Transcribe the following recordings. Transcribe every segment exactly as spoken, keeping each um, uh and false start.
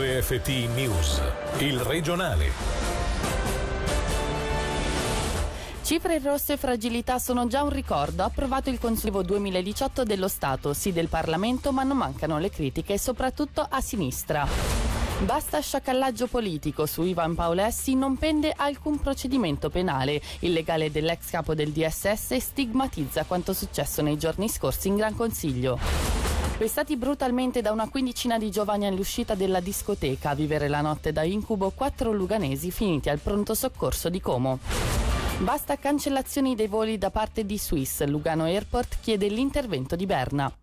R F T News, il regionale. Cifre rosse e fragilità sono già un ricordo. Approvato il Consiglio duemiladiciotto dello Stato, sì del Parlamento, ma non mancano le critiche, soprattutto a sinistra. Basta sciacallaggio politico. Su Ivan Paolessi non pende alcun procedimento penale. Il legale dell'ex capo del D S S stigmatizza quanto successo nei giorni scorsi in Gran Consiglio. Pestati brutalmente da una quindicina di giovani all'uscita della discoteca. A vivere la notte da incubo quattro luganesi finiti al pronto soccorso di Como. Basta cancellazioni dei voli da parte di Swiss. Lugano Airport chiede l'intervento di Berna.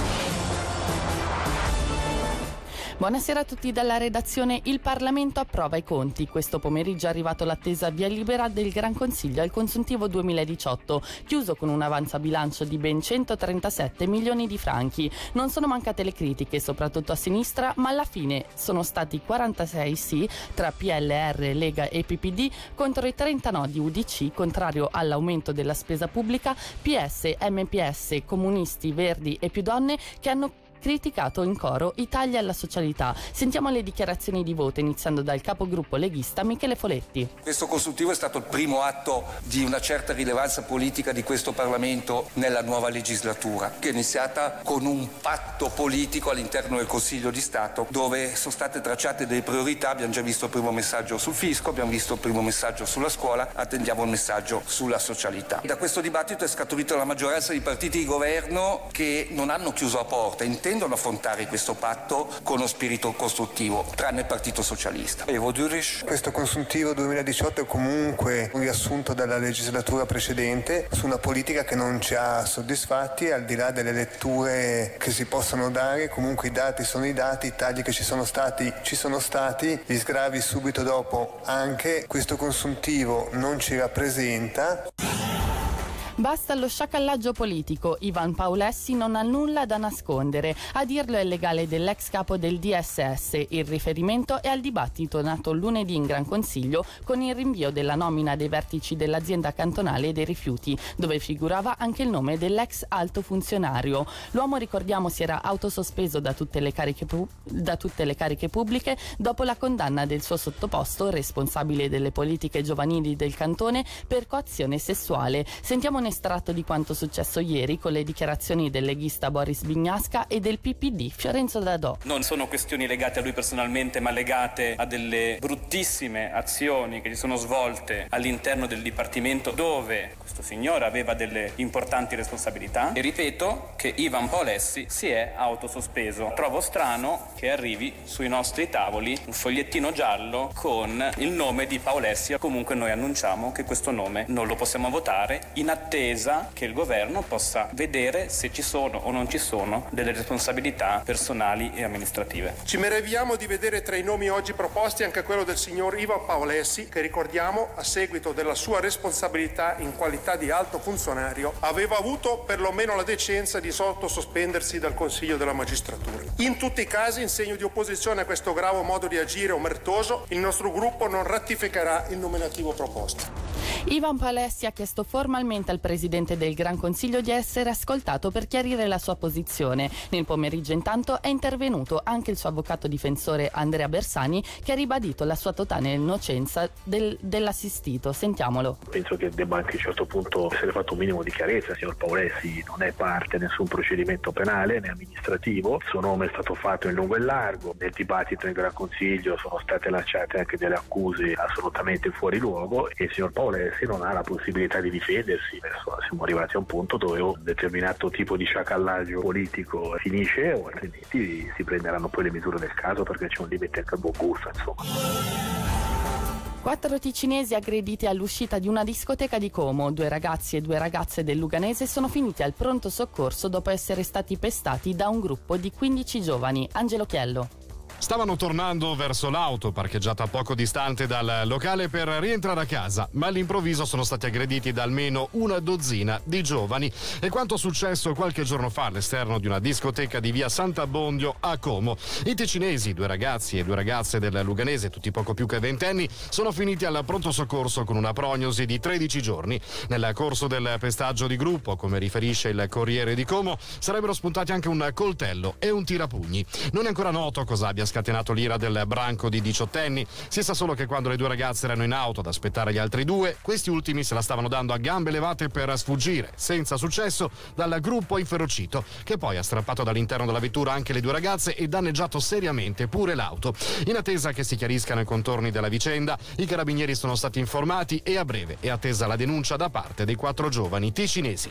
Buonasera a tutti dalla redazione. Il Parlamento approva i conti. Questo pomeriggio è arrivato l'attesa via libera del Gran Consiglio al consuntivo duemiladiciotto, chiuso con un avanzabilancio di ben centotrentasette milioni di franchi. Non sono mancate le critiche, soprattutto a sinistra, ma alla fine sono stati quarantasei sì tra P L R, Lega e P P D contro i trenta no di U D C, contrario all'aumento della spesa pubblica, P S, M P S, Comunisti, Verdi e Più Donne, che hanno criticato in coro i tagli alla socialità. Sentiamo le dichiarazioni di voto, iniziando dal capogruppo leghista Michele Foletti. Questo consultivo è stato il primo atto di una certa rilevanza politica di questo Parlamento nella nuova legislatura, che è iniziata con un patto politico all'interno del Consiglio di Stato, dove sono state tracciate delle priorità. Abbiamo già visto il primo messaggio sul fisco, abbiamo visto il primo messaggio sulla scuola, attendiamo il messaggio sulla socialità. Da questo dibattito è scaturita la maggioranza di partiti di governo che non hanno chiuso la porta, intendono affrontare questo patto con uno spirito costruttivo, tranne il Partito Socialista. Evo Giurish. Questo consuntivo duemiladiciotto è comunque un riassunto della legislatura precedente su una politica che non ci ha soddisfatti, al di là delle letture che si possono dare. Comunque i dati sono i dati, i tagli che ci sono stati ci sono stati, gli sgravi subito dopo anche. Questo consuntivo non ci rappresenta. Basta lo sciacallaggio politico. Ivan Paolessi non ha nulla da nascondere. A dirlo è il legale dell'ex capo del D S S. Il riferimento è al dibattito nato lunedì in Gran Consiglio con il rinvio della nomina dei vertici dell'azienda cantonale dei rifiuti, dove figurava anche il nome dell'ex alto funzionario. L'uomo, ricordiamo, si era autosospeso da tutte le cariche, pu- da tutte le cariche pubbliche dopo la condanna del suo sottoposto, responsabile delle politiche giovanili del cantone, per coazione sessuale. Sentiamo estratto di quanto successo ieri con le dichiarazioni del leghista Boris Bignasca e del P P D Fiorenzo Dadò. Non sono questioni legate a lui personalmente, ma legate a delle bruttissime azioni che si sono svolte all'interno del Dipartimento, dove questo signore aveva delle importanti responsabilità. E ripeto che Ivan Paolessi si è autosospeso. Trovo strano che arrivi sui nostri tavoli un fogliettino giallo con il nome di Paolessi. Comunque noi annunciamo che questo nome non lo possiamo votare, in attesa che il governo possa vedere se ci sono o non ci sono delle responsabilità personali e amministrative. Ci meravigliamo di vedere tra i nomi oggi proposti anche quello del signor Ivan Paolessi, che ricordiamo, a seguito della sua responsabilità in qualità di alto funzionario, aveva avuto perlomeno la decenza di sottosospendersi dal Consiglio della Magistratura. In tutti i casi, in segno di opposizione a questo grave modo di agire omertoso, il nostro gruppo non ratificherà il nominativo proposto. Ivan Paolessi ha chiesto formalmente al presidente del Gran Consiglio di essere ascoltato per chiarire la sua posizione. Nel pomeriggio intanto è intervenuto anche il suo avvocato difensore Andrea Bersani, che ha ribadito la sua totale innocenza del, dell'assistito. Sentiamolo. Penso che debba anche a un certo punto essere fatto un minimo di chiarezza. Il signor Paolessi non è parte di nessun procedimento penale né amministrativo, il suo nome è stato fatto in lungo e largo, nel dibattito in Gran Consiglio sono state lanciate anche delle accuse assolutamente fuori luogo e il signor Paolessi non ha la possibilità di difendersi. Adesso siamo arrivati a un punto dove un determinato tipo di sciacallaggio politico finisce, o altrimenti si prenderanno poi le misure del caso, perché c'è un limite anche al buon gusto, insomma. Quattro ticinesi aggrediti all'uscita di una discoteca di Como. Due ragazzi e due ragazze del Luganese sono finiti al pronto soccorso dopo essere stati pestati da un gruppo di quindici giovani. Angelo Chiello. Stavano tornando verso l'auto parcheggiata poco distante dal locale per rientrare a casa, ma all'improvviso sono stati aggrediti da almeno una dozzina di giovani. È quanto successo qualche giorno fa all'esterno di una discoteca di via Sant'Abbondio a Como. I ticinesi, due ragazzi e due ragazze del Luganese, tutti poco più che ventenni, sono finiti al pronto soccorso con una prognosi di tredici giorni. Nel corso del pestaggio di gruppo, come riferisce il Corriere di Como, sarebbero spuntati anche un coltello e un tirapugni. Non è ancora noto cosa abbia scatenato l'ira del branco di diciottenni. Si sa solo che quando le due ragazze erano in auto ad aspettare gli altri due, questi ultimi se la stavano dando a gambe levate per sfuggire, senza successo, dal gruppo inferocito, che poi ha strappato dall'interno della vettura anche le due ragazze e danneggiato seriamente pure l'auto. In attesa che si chiariscano i contorni della vicenda, i carabinieri sono stati informati e a breve è attesa la denuncia da parte dei quattro giovani ticinesi.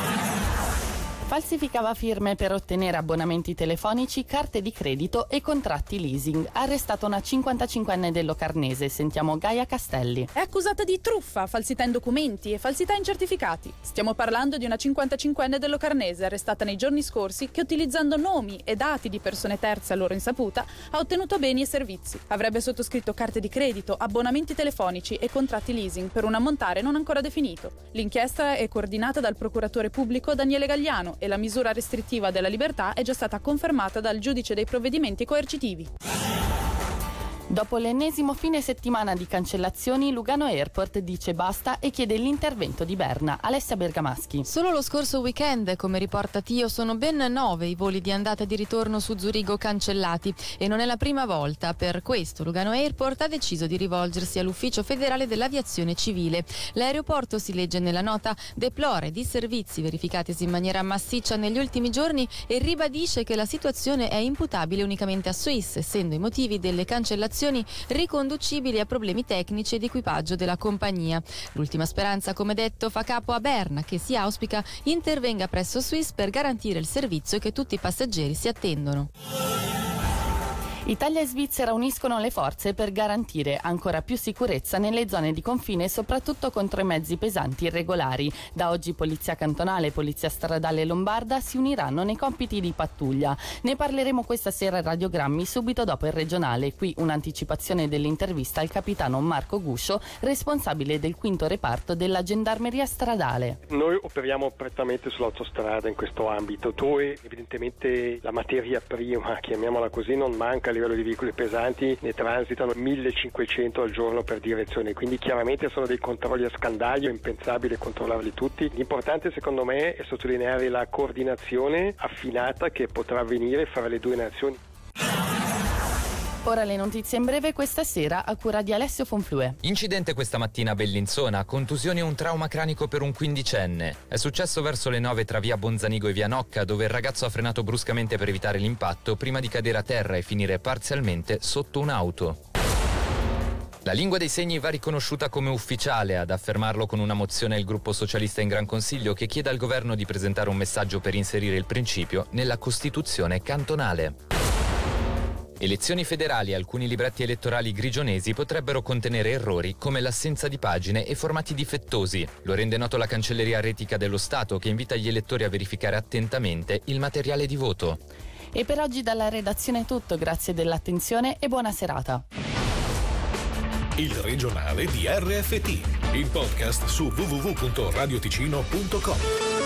Falsificava firme per ottenere abbonamenti telefonici, carte di credito e contratti leasing. Arrestata una cinquantacinquenne del Locarnese. Sentiamo Gaia Castelli. È accusata di truffa, falsità in documenti e falsità in certificati. Stiamo parlando di una cinquantacinquenne del Locarnese arrestata nei giorni scorsi che, utilizzando nomi e dati di persone terze a loro insaputa, ha ottenuto beni e servizi. Avrebbe sottoscritto carte di credito, abbonamenti telefonici e contratti leasing per un ammontare non ancora definito. L'inchiesta è coordinata dal procuratore pubblico Daniele Gagliano e la misura restrittiva della libertà è già stata confermata dal giudice dei provvedimenti coercitivi. Dopo l'ennesimo fine settimana di cancellazioni, Lugano Airport dice basta e chiede l'intervento di Berna. Alessia Bergamaschi. Solo lo scorso weekend, come riporta Tio, sono ben nove i voli di andata e di ritorno su Zurigo cancellati e non è la prima volta. Per questo Lugano Airport ha deciso di rivolgersi all'Ufficio Federale dell'Aviazione Civile. L'aeroporto, si legge nella nota, deplora i disservizi verificatisi in maniera massiccia negli ultimi giorni e ribadisce che la situazione è imputabile unicamente a Swiss, essendo i motivi delle cancellazioni riconducibili a problemi tecnici ed equipaggio della compagnia. L'ultima speranza, come detto, fa capo a Berna, che si auspica intervenga presso Swiss per garantire il servizio che tutti i passeggeri si attendono. Italia e Svizzera uniscono le forze per garantire ancora più sicurezza nelle zone di confine, soprattutto contro i mezzi pesanti irregolari. Da oggi Polizia Cantonale e Polizia Stradale Lombarda si uniranno nei compiti di pattuglia. Ne parleremo questa sera a Radiogrammi, subito dopo il regionale. Qui un'anticipazione dell'intervista al capitano Marco Guscio, responsabile del quinto reparto della Gendarmeria Stradale. Noi operiamo prettamente sull'autostrada in questo ambito, dove evidentemente la materia prima, chiamiamola così, non manca. A livello di veicoli pesanti ne transitano millecinquecento al giorno per direzione, quindi chiaramente sono dei controlli a scandaglio, è impensabile controllarli tutti. L'importante secondo me è sottolineare la coordinazione affinata che potrà avvenire fra le due nazioni. Ora le notizie in breve questa sera a cura di Alessio Fonflue. Incidente questa mattina a Bellinzona, contusioni e un trauma cranico per un quindicenne. È successo verso le nove tra via Bonzanigo e via Nocca, dove il ragazzo ha frenato bruscamente per evitare l'impatto prima di cadere a terra e finire parzialmente sotto un'auto. La lingua dei segni va riconosciuta come ufficiale. Ad affermarlo con una mozione il gruppo socialista in Gran Consiglio, che chiede al governo di presentare un messaggio per inserire il principio nella Costituzione cantonale. Elezioni federali. Alcuni libretti elettorali grigionesi potrebbero contenere errori come l'assenza di pagine e formati difettosi. Lo rende noto la Cancelleria Retica dello Stato, che invita gli elettori a verificare attentamente il materiale di voto. E per oggi dalla redazione è tutto, grazie dell'attenzione e buona serata. Il regionale di R F T, il podcast su w w w punto radioticino punto com.